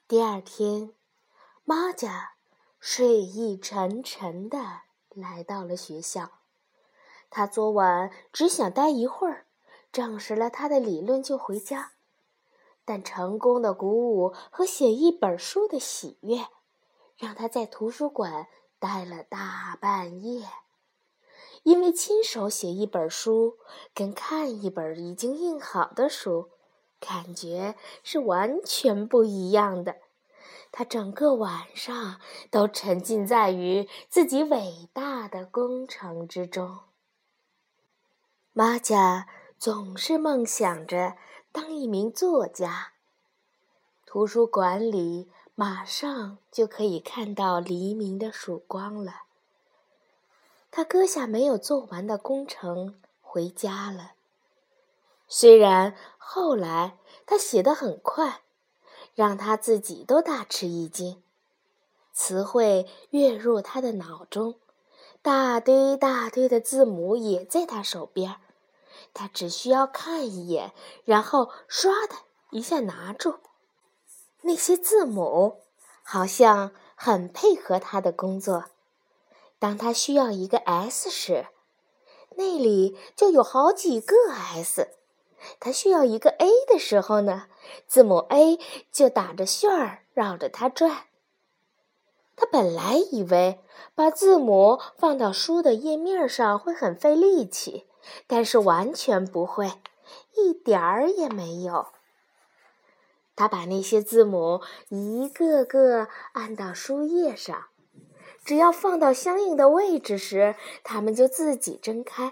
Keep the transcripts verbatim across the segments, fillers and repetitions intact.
第二天，玛佳睡意沉沉地来到了学校。她昨晚只想待一会儿，证实了她的理论就回家。但成功的鼓舞和写一本书的喜悦，让她在图书馆待了大半夜。因为亲手写一本书，跟看一本已经印好的书，感觉是完全不一样的。他整个晚上都沉浸在于自己伟大的工程之中。玛佳总是梦想着当一名作家。图书馆里马上就可以看到黎明的曙光了。他搁下没有做完的工程，回家了。虽然后来他写得很快，让他自己都大吃一惊。词汇跃入他的脑中，大堆大堆的字母也在他手边，他只需要看一眼，然后唰的一下拿住。那些字母好像很配合他的工作。当他需要一个 S 时，那里就有好几个 S。他需要一个 A 的时候呢，字母 A 就打着旋儿绕着它转。他本来以为把字母放到书的页面上会很费力气，但是完全不会，一点儿也没有。他把那些字母一个个按到书页上，只要放到相应的位置时，它们就自己睁开。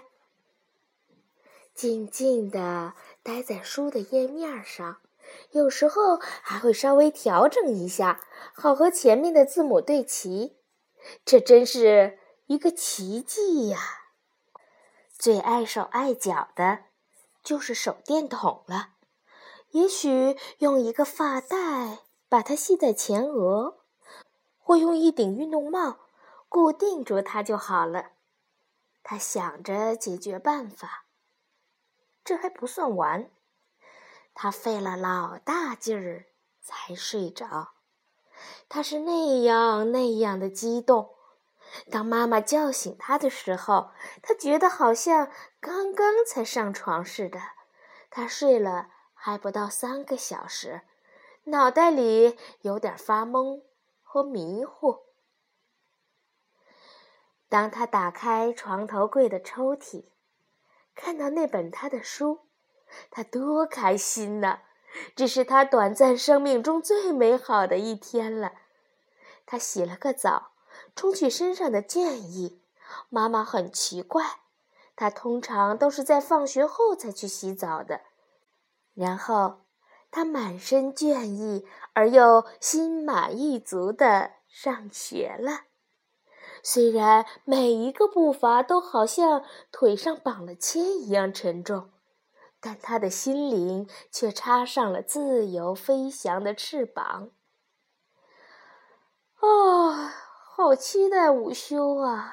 静静地待在书的页面上，有时候还会稍微调整一下，好和前面的字母对齐。这真是一个奇迹呀！最碍手碍脚的就是手电筒了。也许用一个发带把它系在前额，或用一顶运动帽固定住它就好了。他想着解决办法。这还不算完，他费了老大劲儿才睡着。他是那样那样的激动。当妈妈叫醒他的时候，他觉得好像刚刚才上床似的。他睡了还不到三个小时，脑袋里有点发懵和迷糊。当他打开床头柜的抽屉，看到那本他的书，他多开心呐！这是他短暂生命中最美好的一天了。他洗了个澡，冲去身上的倦意。妈妈很奇怪，她通常都是在放学后才去洗澡的。然后他满身倦意而又心满意足地上学了。虽然每一个步伐都好像腿上绑了铅一样沉重，但他的心灵却插上了自由飞翔的翅膀。哦，好期待午休啊！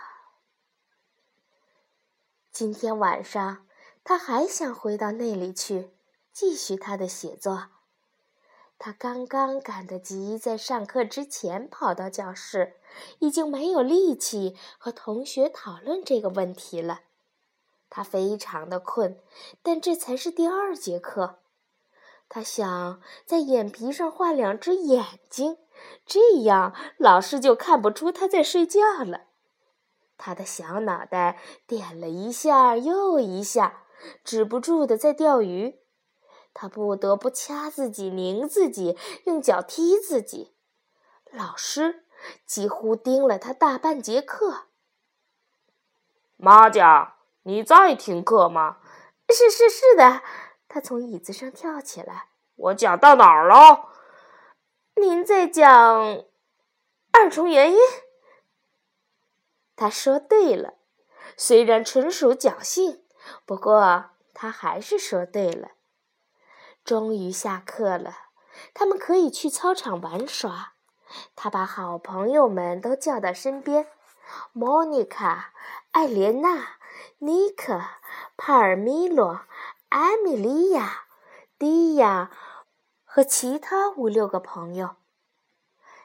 今天晚上，他还想回到那里去，继续他的写作。他刚刚赶得及在上课之前跑到教室，已经没有力气和同学讨论这个问题了。他非常的困，但这才是第二节课。他想在眼皮上画两只眼睛，这样老师就看不出他在睡觉了。他的小脑袋点了一下又一下，止不住地在钓鱼。他不得不掐自己，拧自己，用脚踢自己。老师几乎盯了他大半节课。 玛佳，你在听课吗？ 是是是的。他从椅子上跳起来。 我讲到哪儿了？ 您在讲二重元音。他说对了，虽然纯属侥幸，不过他还是说对了。终于下课了，他们可以去操场玩耍。他把好朋友们都叫到身边，莫妮卡、艾莲娜、尼克、帕尔米洛、艾米莉亚、迪亚和其他五六个朋友。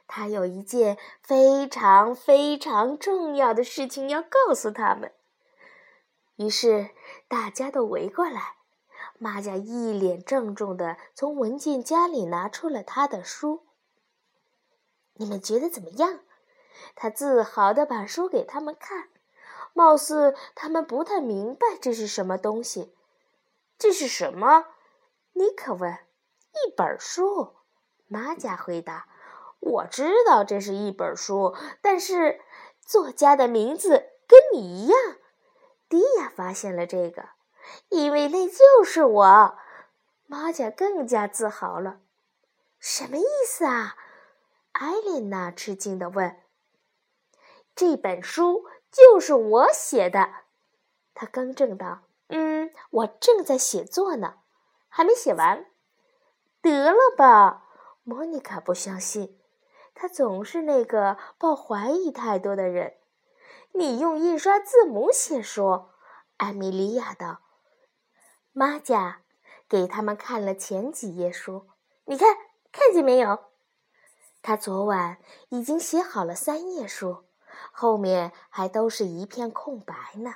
他有一件非常非常重要的事情要告诉他们。于是大家都围过来，玛甲一脸郑重地从文件夹里拿出了他的书。你们觉得怎么样？他自豪地把书给他们看，貌似他们不太明白这是什么东西。 这是什么？ 尼克问。一本书，玛甲回答。 我知道这是一本书，但是作家的名字跟你一样。迪亚发现了这个，因为那就是我。玛甲更加自豪了。什么意思啊？艾莲娜吃惊地问。这本书就是我写的，他更正道。嗯，我正在写作呢，还没写完。得了吧，莫妮卡不相信，她总是那个抱怀疑态度的人。你用印刷字母写书，艾米莉亚道。玛甲给他们看了前几页书，你看，看见没有？他昨晚已经写好了三页书，后面还都是一片空白呢。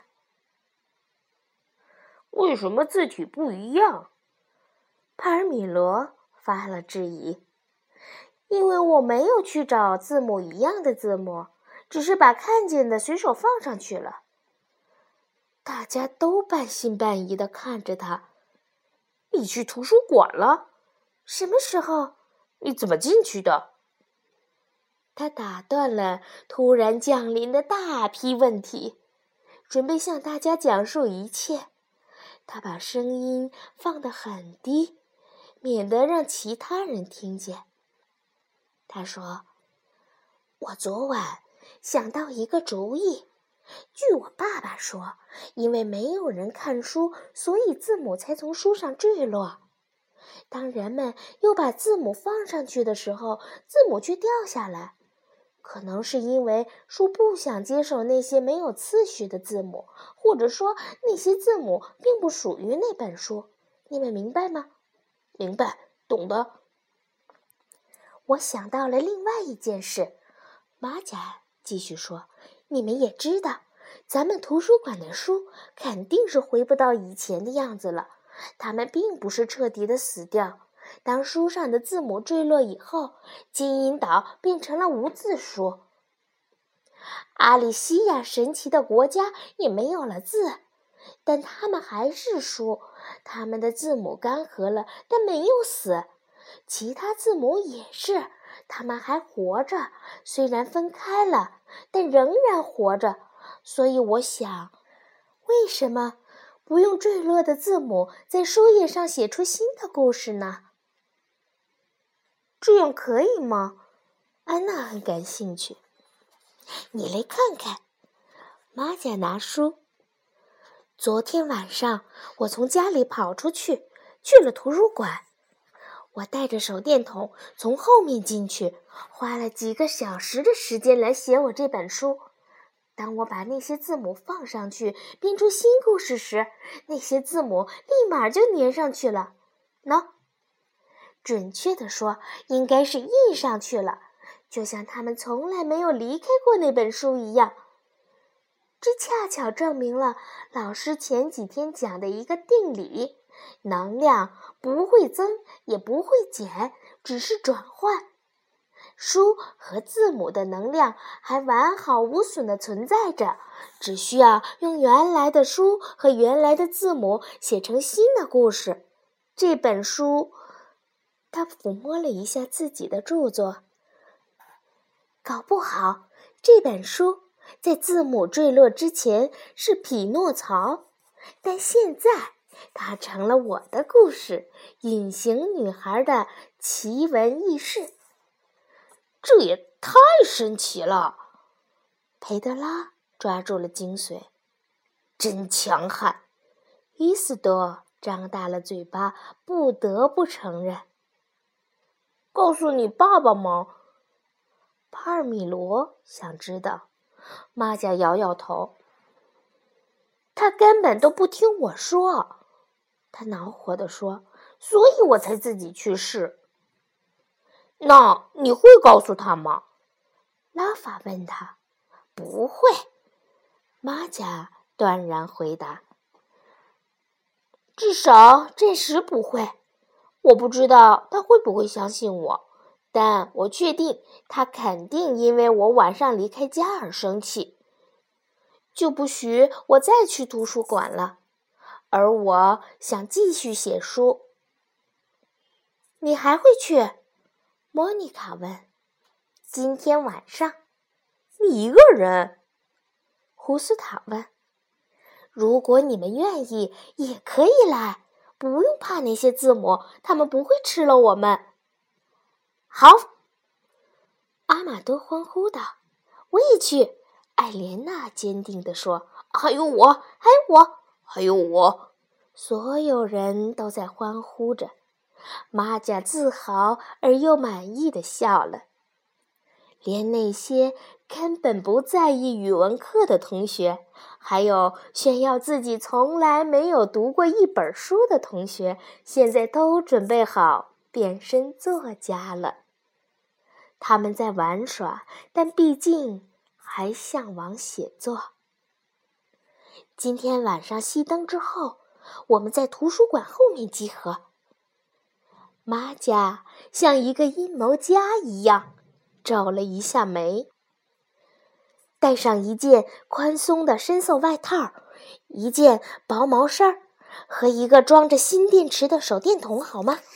为什么字体不一样？ 帕尔米罗发了质疑。因为我没有去找字母一样的字母，只是把看见的随手放上去了。大家都半信半疑地看着他。 你去图书馆了？ 什么时候？ 你怎么进去的？ 他打断了突然降临的大批问题，准备向大家讲述一切。他把声音放得很低，免得让其他人听见。他说：“我昨晚想到一个主意。据我爸爸说，因为没有人看书，所以字母才从书上坠落。当人们又把字母放上去的时候，字母却掉下来。可能是因为书不想接受那些没有次序的字母，或者说那些字母并不属于那本书。你们明白吗？”“ 明白，懂得。” 我想到了另外一件事，玛甲继续说，你们也知道，咱们图书馆的书肯定是回不到以前的样子了，它们并不是彻底的死掉。当书上的字母坠落以后，金银岛变成了无字书。阿里西亚神奇的国家也没有了字，但它们还是书，它们的字母干涸了，但没有死。其他字母也是，它们还活着，虽然分开了，但仍然活着。所以我想，为什么不用坠落的字母在书页上写出新的故事呢？这样可以吗？安娜很感兴趣。你来看看。玛甲拿书。昨天晚上我从家里跑出去，去了图书馆。我带着手电筒从后面进去，花了几个小时的时间来写我这本书。当我把那些字母放上去，编出新故事时，那些字母立马就粘上去了。喏，准确地说，应该是印上去了，就像他们从来没有离开过那本书一样。这恰巧证明了老师前几天讲的一个定理：能量不会增，也不会减，只是转换。书和字母的能量还完好无损地存在着，只需要用原来的书和原来的字母写成新的故事。这本书，他抚摸了一下自己的著作，搞不好这本书在字母坠落之前是匹诺曹，但现在它成了我的故事——隐形女孩的奇闻异事。 这也太神奇了！ 裴德拉抓住了精髓。 真强悍！ 伊斯多张大了嘴巴，不得不承认。 告诉你爸爸吗？ 帕尔米罗想知道。玛甲摇摇头。他根本都不听我说，他恼火地说，所以我才自己去试。 那你会告诉他吗？ 拉法问他。不会，玛甲断然回答。至少暂时不会。我不知道他会不会相信我，但我确定他肯定因为我晚上离开家而生气，就不许我再去图书馆了。而我想继续写书。你还会去？莫妮卡问。今天晚上。 你一个人？ 胡斯塔问。如果你们愿意，也可以来，不用怕那些字母，他们不会吃了我们。好，阿玛多欢呼道。我也去，艾莲娜坚定地说。还有我，还有我， 还有我。 所有人都在欢呼着。玛甲自豪而又满意地笑了。连那些根本不在意语文课的同学，还有炫耀自己从来没有读过一本书的同学，现在都准备好变身作家了。他们在玩耍，但毕竟还向往写作。今天晚上熄灯之后，我们在图书馆后面集合。玛甲像一个阴谋家一样皱了一下眉，带上一件宽松的深色外套，一件薄毛衫和一个装着新电池的手电筒，好吗？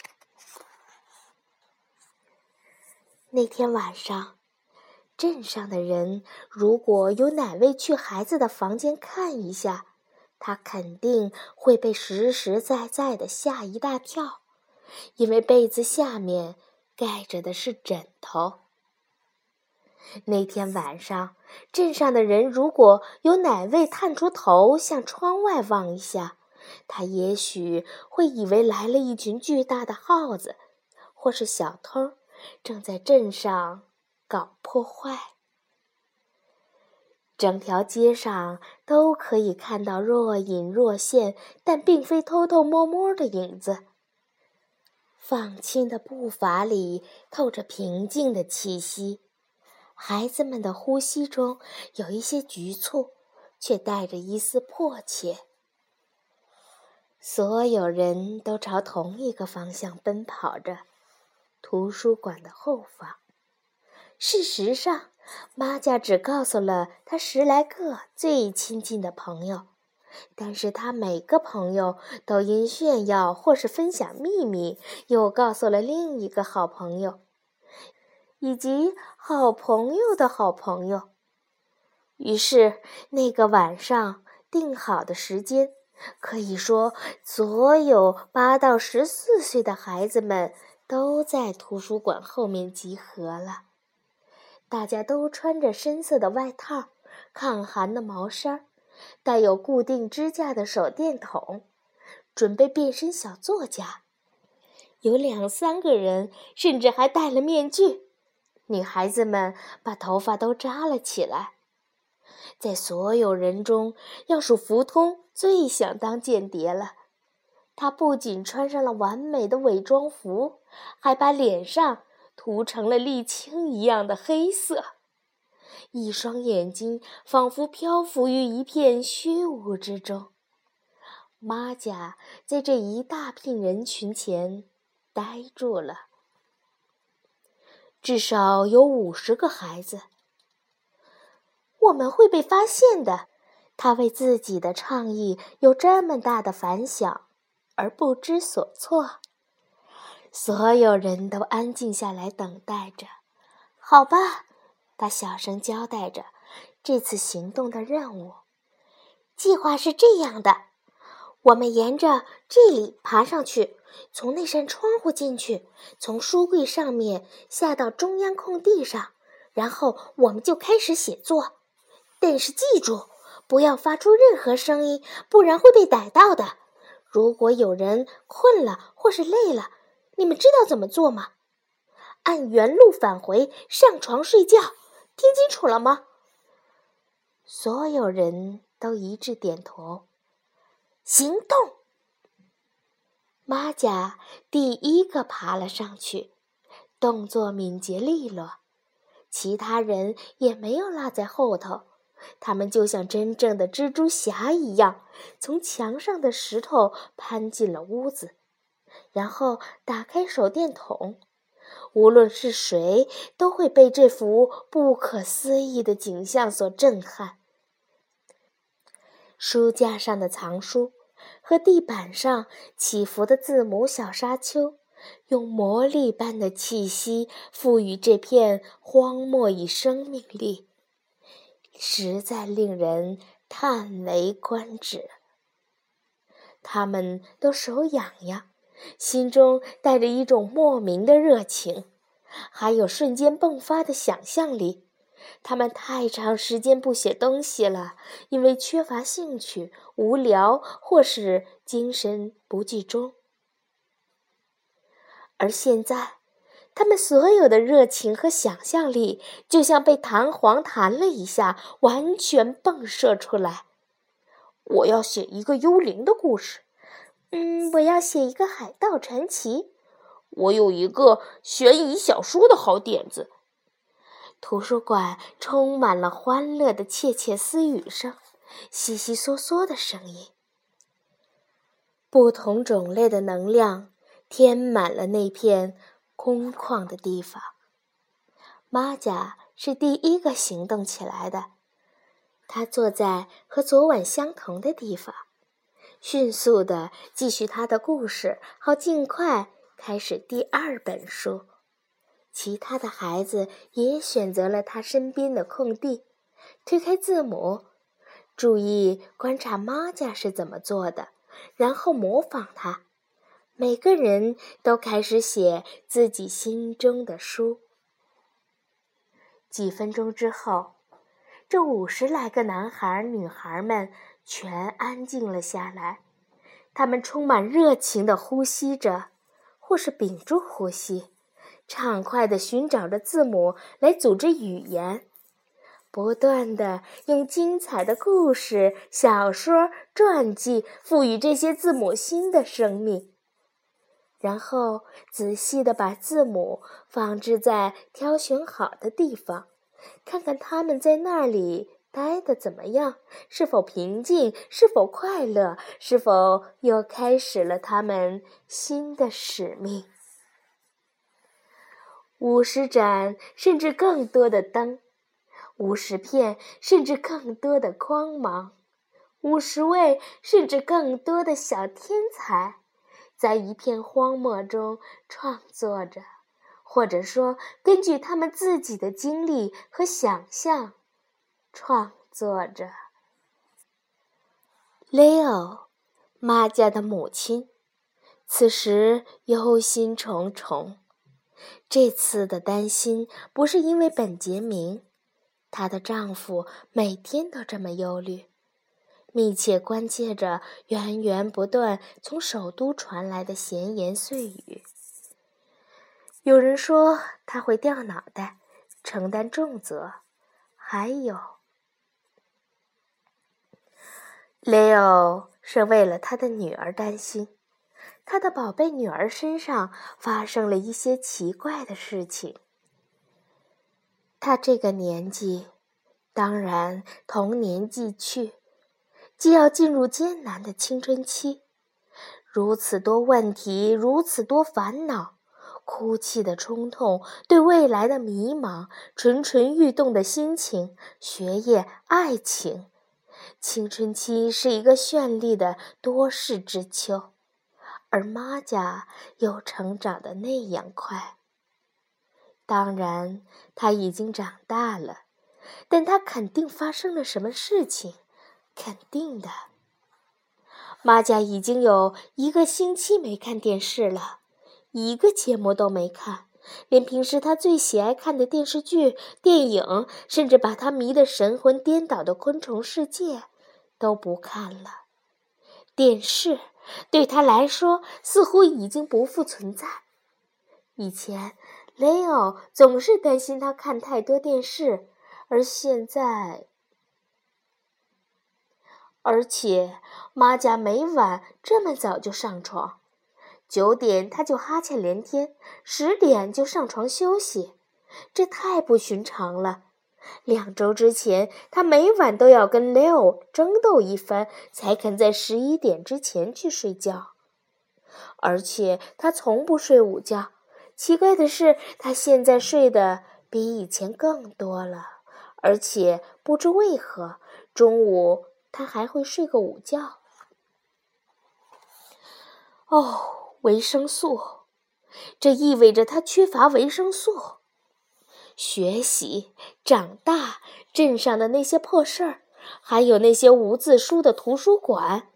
那天晚上，镇上的人如果有哪位去孩子的房间看一下，他肯定会被实实在在地吓一大跳，因为被子下面盖着的是枕头。那天晚上，镇上的人如果有哪位探出头向窗外望一下，他也许会以为来了一群巨大的耗子，或是小偷正在镇上搞破坏。整条街上都可以看到若隐若现，但并非偷偷摸摸的影子。放轻的步伐里透着平静的气息，孩子们的呼吸中有一些局促，却带着一丝迫切。所有人都朝同一个方向奔跑着，图书馆的后方。事实上，玛甲只告诉了他十来个最亲近的朋友，但是他每个朋友都因炫耀或是分享秘密，又告诉了另一个好朋友，以及好朋友的好朋友。于是，那个晚上定好的时间，可以说所有八到十四岁的孩子们都在图书馆后面集合了。大家都穿着深色的外套、抗寒的毛衫，带有固定支架的手电筒，准备变身小作家。有两三个人甚至还戴了面具，女孩子们把头发都扎了起来。在所有人中，要数福通最想当间谍了。他不仅穿上了完美的伪装服，还把脸上涂成了沥青一样的黑色，一双眼睛仿佛漂浮于一片虚无之中。玛甲在这一大片人群前呆住了。至少有五十个孩子。我们会被发现的，他为自己的倡议有这么大的反响而不知所措。所有人都安静下来等待着。好吧，他小声交代着这次行动的任务。计划是这样的，我们沿着这里爬上去，从那扇窗户进去，从书柜上面下到中央空地上，然后我们就开始写作。但是记住，不要发出任何声音，不然会被逮到的。如果有人困了或是累了，你们知道怎么做吗？按原路返回，上床睡觉，听清楚了吗？所有人都一致点头。行动！玛甲第一个爬了上去， 动作敏捷利落，其他人也没有落在后头。他们就像真正的蜘蛛侠一样，从墙上的石头攀进了屋子，然后打开手电筒。无论是谁，都会被这幅不可思议的景象所震撼。书架上的藏书和地板上起伏的字母小沙丘，用魔力般的气息赋予这片荒漠以生命力，实在令人叹为观止。他们都手痒痒，心中带着一种莫名的热情，还有瞬间迸发的想象力。他们太长时间不写东西了，因为缺乏兴趣、无聊或是精神不集中。而现在，他们所有的热情和想象力就像被弹簧弹了一下，完全迸射出来。我要写一个幽灵的故事。嗯，我要写一个海盗传奇。 我有一个悬疑小说的好点子。 图书馆充满了欢乐的窃窃私语声，悉悉嗦嗦的声音。不同种类的能量填满了那片空旷的地方。玛甲是第一个行动起来的，她坐在和昨晚相同的地方，迅速地继续她的故事，好尽快开始第二本书。其他的孩子也选择了他身边的空地，推开字母，注意观察玛甲是怎么做的，然后模仿他。每个人都开始写自己心中的书。几分钟之后，这五十来个男孩女孩们全安静了下来，他们充满热情地呼吸着，或是屏住呼吸，畅快地寻找着字母来组织语言，不断地用精彩的故事、小说、传记赋予这些字母新的生命，然后仔细地把字母放置在挑选好的地方，看看它们在那里待得怎么样，是否平静，是否快乐，是否又开始了他们新的使命。五十盏甚至更多的灯，五十片甚至更多的光芒，五十位甚至更多的小天才，在一片荒漠中创作着，或者说根据他们自己的经历和想象创作着。雷欧，玛甲的母亲，此时忧心忡忡。这次的担心不是因为本杰明，她的丈夫每天都这么忧虑，密切关切着源源不断从首都传来的闲言碎语。有人说他会掉脑袋，承担重责，还有雷欧是为了他的女儿担心。他的宝贝女儿身上发生了一些奇怪的事情。她这个年纪，当然童年既去，既要进入艰难的青春期，如此多问题，如此多烦恼，哭泣的冲动，对未来的迷茫，蠢蠢欲动的心情，学业，爱情。青春期是一个绚丽的多事之秋，而玛甲又成长得那样快。当然，她已经长大了，但她肯定发生了什么事情，肯定的。玛甲已经有一个星期没看电视了，一个节目都没看，连平时她最喜爱看的电视剧、电影，甚至把她迷得神魂颠倒的《昆虫世界》都不看了。电视对他来说似乎已经不复存在。以前雷欧总是担心他看太多电视，而现在……而且玛甲每晚这么早就上床， 九点他就哈欠连天，十点就上床休息，这太不寻常了。两周之前，他每晚都要跟 Leo 争斗一番，才肯在十一点之前去睡觉。而且他从不睡午觉，奇怪的是，他现在睡得比以前更多了，而且不知为何，中午他还会睡个午觉。哦，维生素，这意味着他缺乏维生素。学习、长大，镇上的那些破事儿，还有那些无字书的图书馆。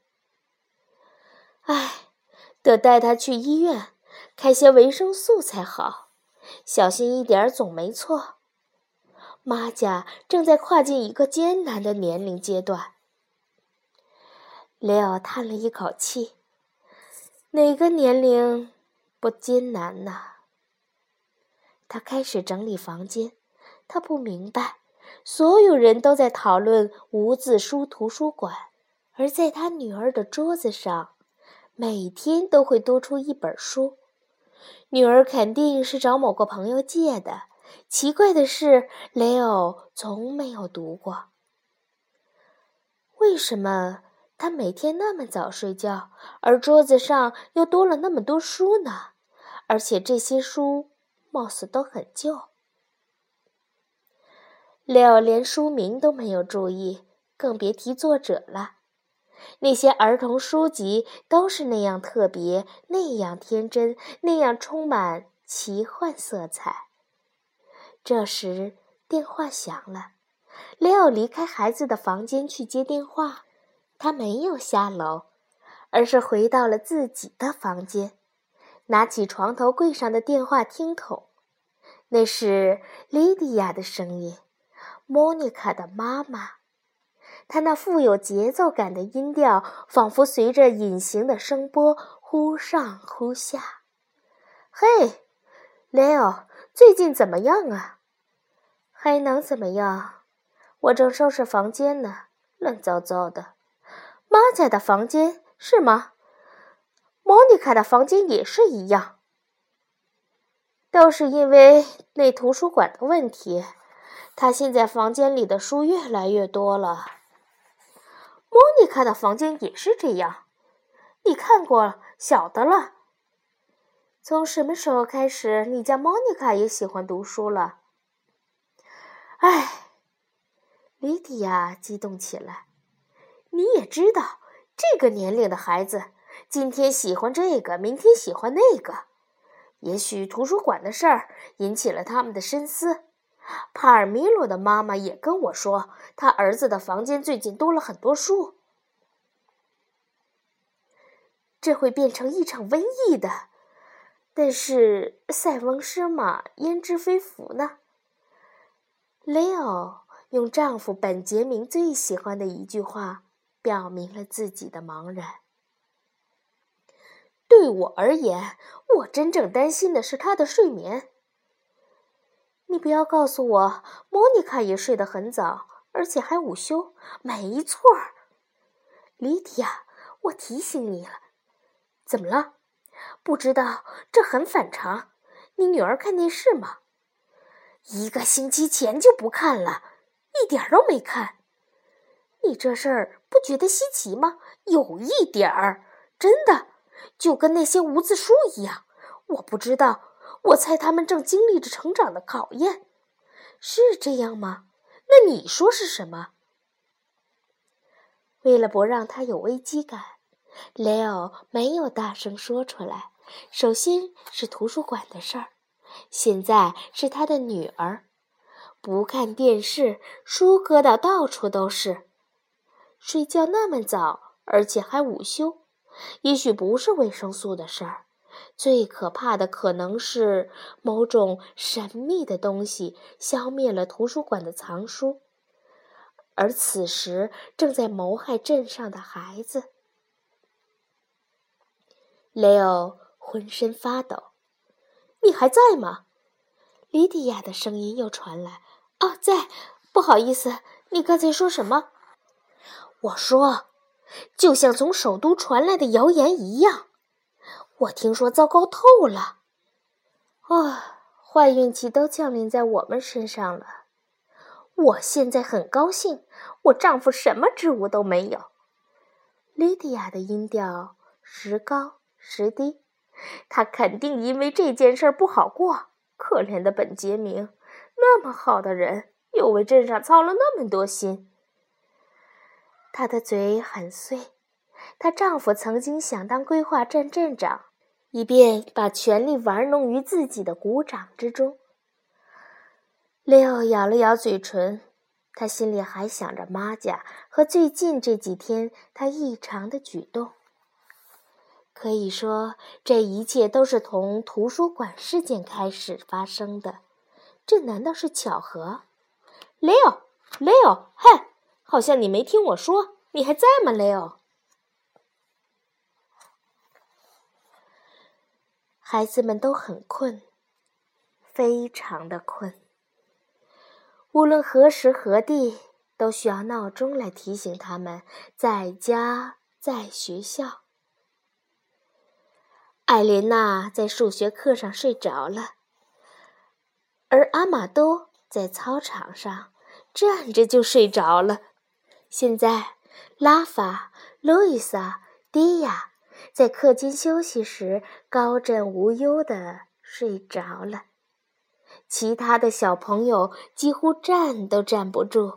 唉，得带他去医院，开些维生素才好。小心一点总没错。玛甲正在跨进一个艰难的年龄阶段。雷奥叹了一口气，哪个年龄不艰难呢？他开始整理房间，他不明白，所有人都在讨论无字书图书馆，而在他女儿的桌子上，每天都会多出一本书。女儿肯定是找某个朋友借的，奇怪的是，雷欧从没有读过。为什么他每天那么早睡觉，而桌子上又多了那么多书呢？而且这些书貌似都很旧。雷欧连书名都没有注意，更别提作者了。那些儿童书籍都是那样特别，那样天真，那样充满奇幻色彩。这时电话响了，雷欧离开孩子的房间去接电话。他没有下楼，而是回到了自己的房间，拿起床头柜上的电话听筒。那是莉迪亚的声音，莫妮卡的妈妈。她那富有节奏感的音调仿佛随着隐形的声波忽上忽下。嘿，雷欧，最近怎么样啊？还能怎么样？我正收拾房间呢，乱糟糟的。玛甲的房间是吗？莫妮卡的房间也是一样。都是因为那图书馆的问题，她现在房间里的书越来越多了。莫妮卡的房间也是这样，你看过小的了。从什么时候开始，你家莫妮卡也喜欢读书了？唉，莉迪亚激动起来。你也知道，这个年龄的孩子，今天喜欢这个，明天喜欢那个。也许图书馆的事儿引起了他们的深思。帕尔米罗的妈妈也跟我说，他儿子的房间最近多了很多书。这会变成一场瘟疫的。但是塞翁失马，焉知非福呢？雷欧用丈夫本杰明最喜欢的一句话表明了自己的茫然。对我而言，我真正担心的是他的睡眠。你不要告诉我，莫妮卡也睡得很早，而且还午休。没错儿，莉迪亚，我提醒你了。怎么了？不知道，这很反常。你女儿看电视吗？一个星期前就不看了，一点都没看。你这事儿不觉得稀奇吗？有一点儿，真的，就跟那些无字书一样。我不知道，我猜他们正经历着成长的考验。是这样吗？那你说是什么？为了不让他有危机感，雷欧没有大声说出来。首先是图书馆的事儿，现在是他的女儿。不看电视，书搁到到处都是。睡觉那么早，而且还午休，也许不是维生素的事儿。最可怕的可能是某种神秘的东西消灭了图书馆的藏书，而此时正在谋害镇上的孩子。雷欧浑身发抖。你还在吗？莉迪亚的声音又传来。啊，在，不好意思，你刚才说什么？我说，就像从首都传来的谣言一样。 我听说糟糕透了。啊，坏运气都降临在我们身上了。我现在很高兴，我丈夫什么职务都没有。莉迪亚的音调时高时低，她肯定因为这件事不好过。可怜的本杰明，那么好的人，又为镇上操了那么多心。她的嘴很碎，她丈夫曾经想当规划站镇长，以便把权力玩弄于自己的股掌之中。六咬了咬嘴唇，他心里还想着玛甲和最近这几天他异常的举动。可以说，这一切都是从图书馆事件开始发生的。这难道是巧合？雷欧，雷欧，嘿，好像你没听我说，你还在吗，雷欧？孩子们都很困，非常的困。无论何时何地，都需要闹钟来提醒他们在家，在学校。艾莲娜在数学课上睡着了，而阿玛多在操场上站着就睡着了。现在，拉法、路易莎、迪亚在课间休息时高枕无忧地睡着了。其他的小朋友几乎站都站不住。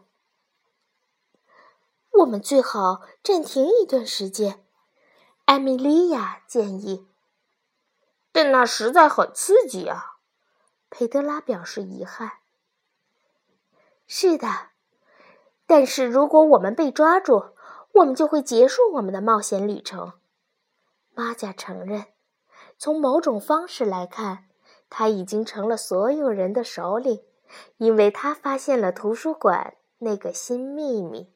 我们最好暂停一段时间，艾米莉亚建议。 但那实在很刺激啊， 佩德拉表示遗憾。是的，但是如果我们被抓住，我们就会结束我们的冒险旅程。玛甲承认，从某种方式来看，他已经成了所有人的首领，因为他发现了图书馆那个新秘密。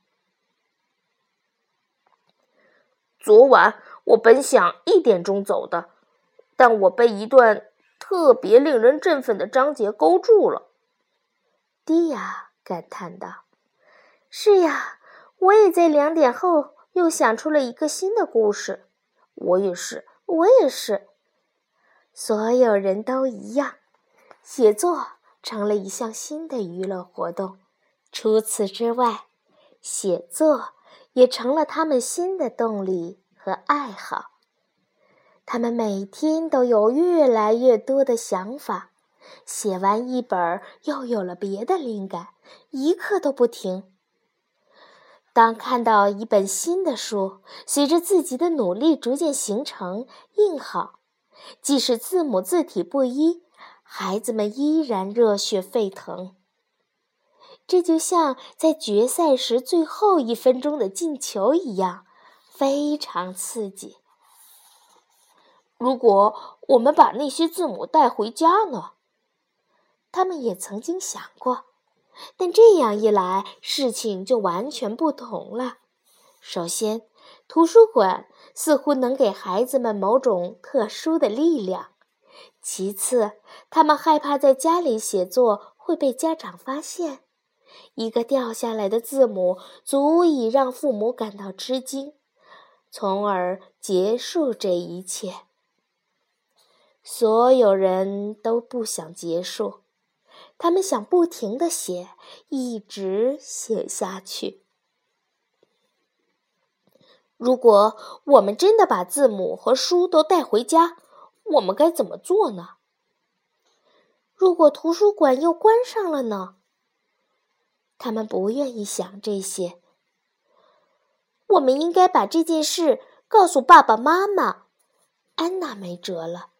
昨晚我本想一点钟走的，但我被一段特别令人振奋的章节勾住了。 迪亚感叹道：“是呀，我也在两点后又想出了一个新的故事。” 我也是， 我也是。所有人都一样，写作成了一项新的娱乐活动。除此之外，写作也成了他们新的动力和爱好。他们每天都有越来越多的想法，写完一本又有了别的灵感，一刻都不停。当看到一本新的书随着自己的努力逐渐形成印好，即使字母字体不一，孩子们依然热血沸腾。这就像在决赛时最后一分钟的进球一样，非常刺激。 如果我们把那些字母带回家呢？ 他们也曾经想过，但这样一来，事情就完全不同了。首先，图书馆似乎能给孩子们某种特殊的力量。其次，他们害怕在家里写作会被家长发现。一个掉下来的字母足以让父母感到吃惊，从而结束这一切。所有人都不想结束，他们想不停地写，一直写下去。如果我们真的把字母和书都带回家，我们该怎么做呢？如果图书馆又关上了呢？他们不愿意想这些。我们应该把这件事告诉爸爸妈妈。安娜没辙了。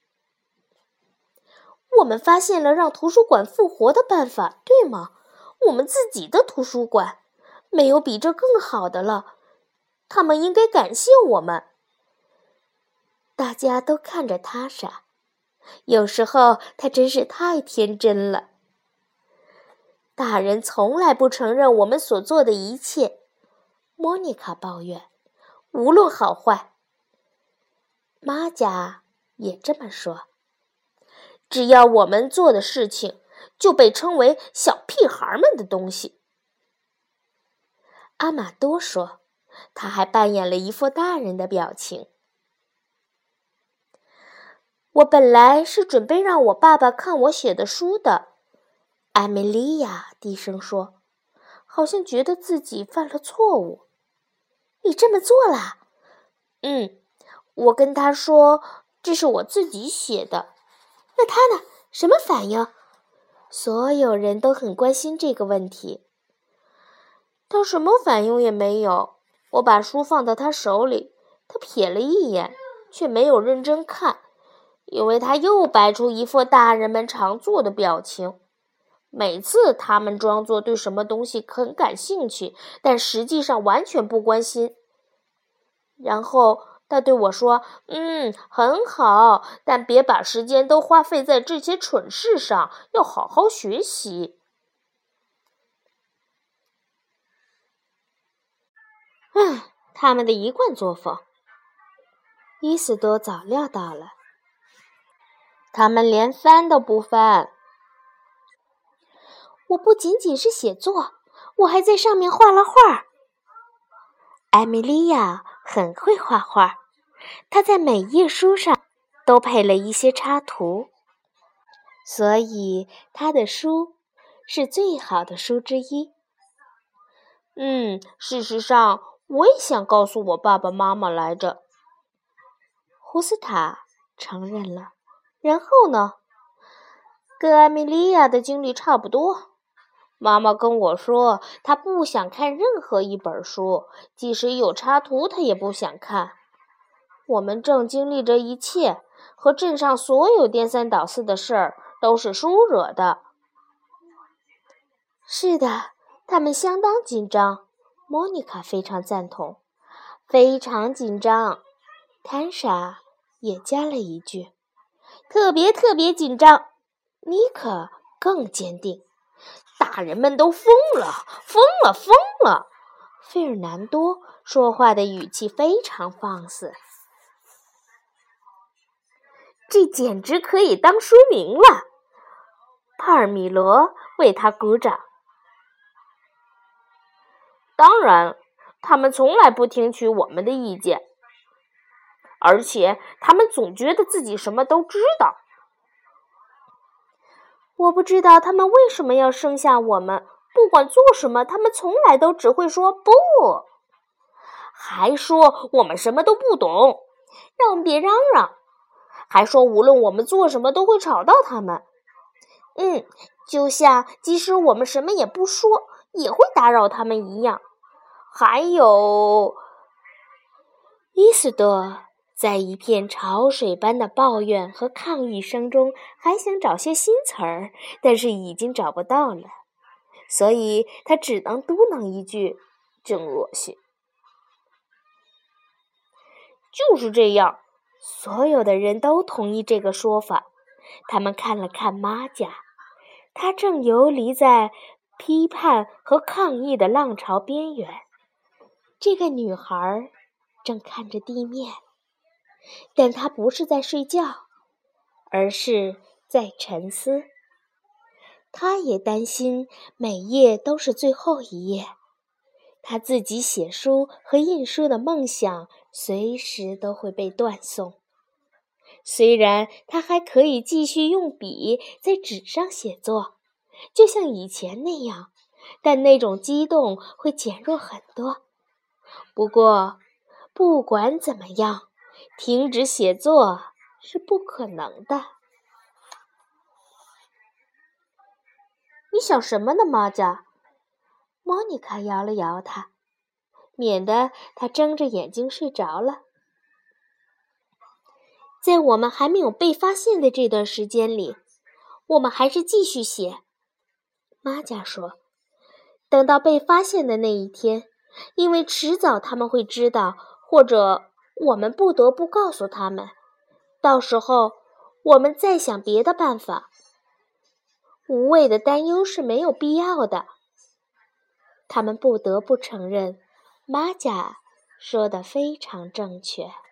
我们发现了让图书馆复活的办法，对吗？我们自己的图书馆，没有比这更好的了。他们应该感谢我们。大家都看着他傻，有时候他真是太天真了。大人从来不承认我们所做的一切，莫妮卡抱怨，无论好坏。玛甲也这么说。只要我们做的事情就被称为小屁孩们的东西。阿玛多说，他还扮演了一副大人的表情。 我本来是准备让我爸爸看我写的书的，艾米莉亚低声说，好像觉得自己犯了错误。你这么做了？嗯，我跟他说这是我自己写的。那他呢？什么反应？所有人都很关心这个问题。他什么反应也没有。我把书放到他手里，他瞥了一眼，却没有认真看，因为他又摆出一副大人们常做的表情。每次他们装作对什么东西很感兴趣，但实际上完全不关心。然后他对我说，嗯，很好，但别把时间都花费在这些蠢事上，要好好学习。唉，他们的一贯作风。伊斯多早料到了，他们连翻都不翻。我不仅仅是写作，我还在上面画了画。艾米莉亚很会画画，她在每页书上都配了一些插图，所以她的书是最好的书之一。嗯，事实上，我也想告诉我爸爸妈妈来着。胡斯塔承认了。然后呢？跟艾米莉亚的经历差不多。妈妈跟我说，她不想看任何一本书，即使有插图，她也不想看。我们正经历着一切，和镇上所有颠三倒四的事儿都是书惹的。是的，他们相当紧张。莫妮卡非常赞同，非常紧张。坦莎也加了一句，特别特别紧张。妮可更坚定。大人们都疯了，疯了，疯了！费尔南多说话的语气非常放肆。这简直可以当书名了。帕尔米罗为他鼓掌。当然，他们从来不听取我们的意见，而且他们总觉得自己什么都知道。我不知道他们为什么要生下我们，不管做什么，他们从来都只会说不，还说我们什么都不懂，让我们别嚷嚷，还说无论我们做什么都会吵到他们。嗯，就像即使我们什么也不说，也会打扰他们一样。还有，伊斯多在一片潮水般的抱怨和抗议声中，还想找些新词儿，但是已经找不到了，所以他只能嘟囔一句：“真恶心。”就是这样，所有的人都同意这个说法。他们看了看玛加，她正游离在批判和抗议的浪潮边缘。这个女孩正看着地面，但她不是在睡觉，而是在沉思。她也担心每页都是最后一页，她自己写书和印书的梦想随时都会被断送。虽然她还可以继续用笔在纸上写作，就像以前那样，但那种激动会减弱很多。不过，不管怎么样，停止写作是不可能的。你想什么呢，玛加？莫妮卡摇了摇她，免得她睁着眼睛睡着了。在我们还没有被发现的这段时间里，我们还是继续写。玛加说，等到被发现的那一天，因为迟早他们会知道，或者我们不得不告诉他们，到时候我们再想别的办法。无谓的担忧是没有必要的。他们不得不承认，玛加说得非常正确。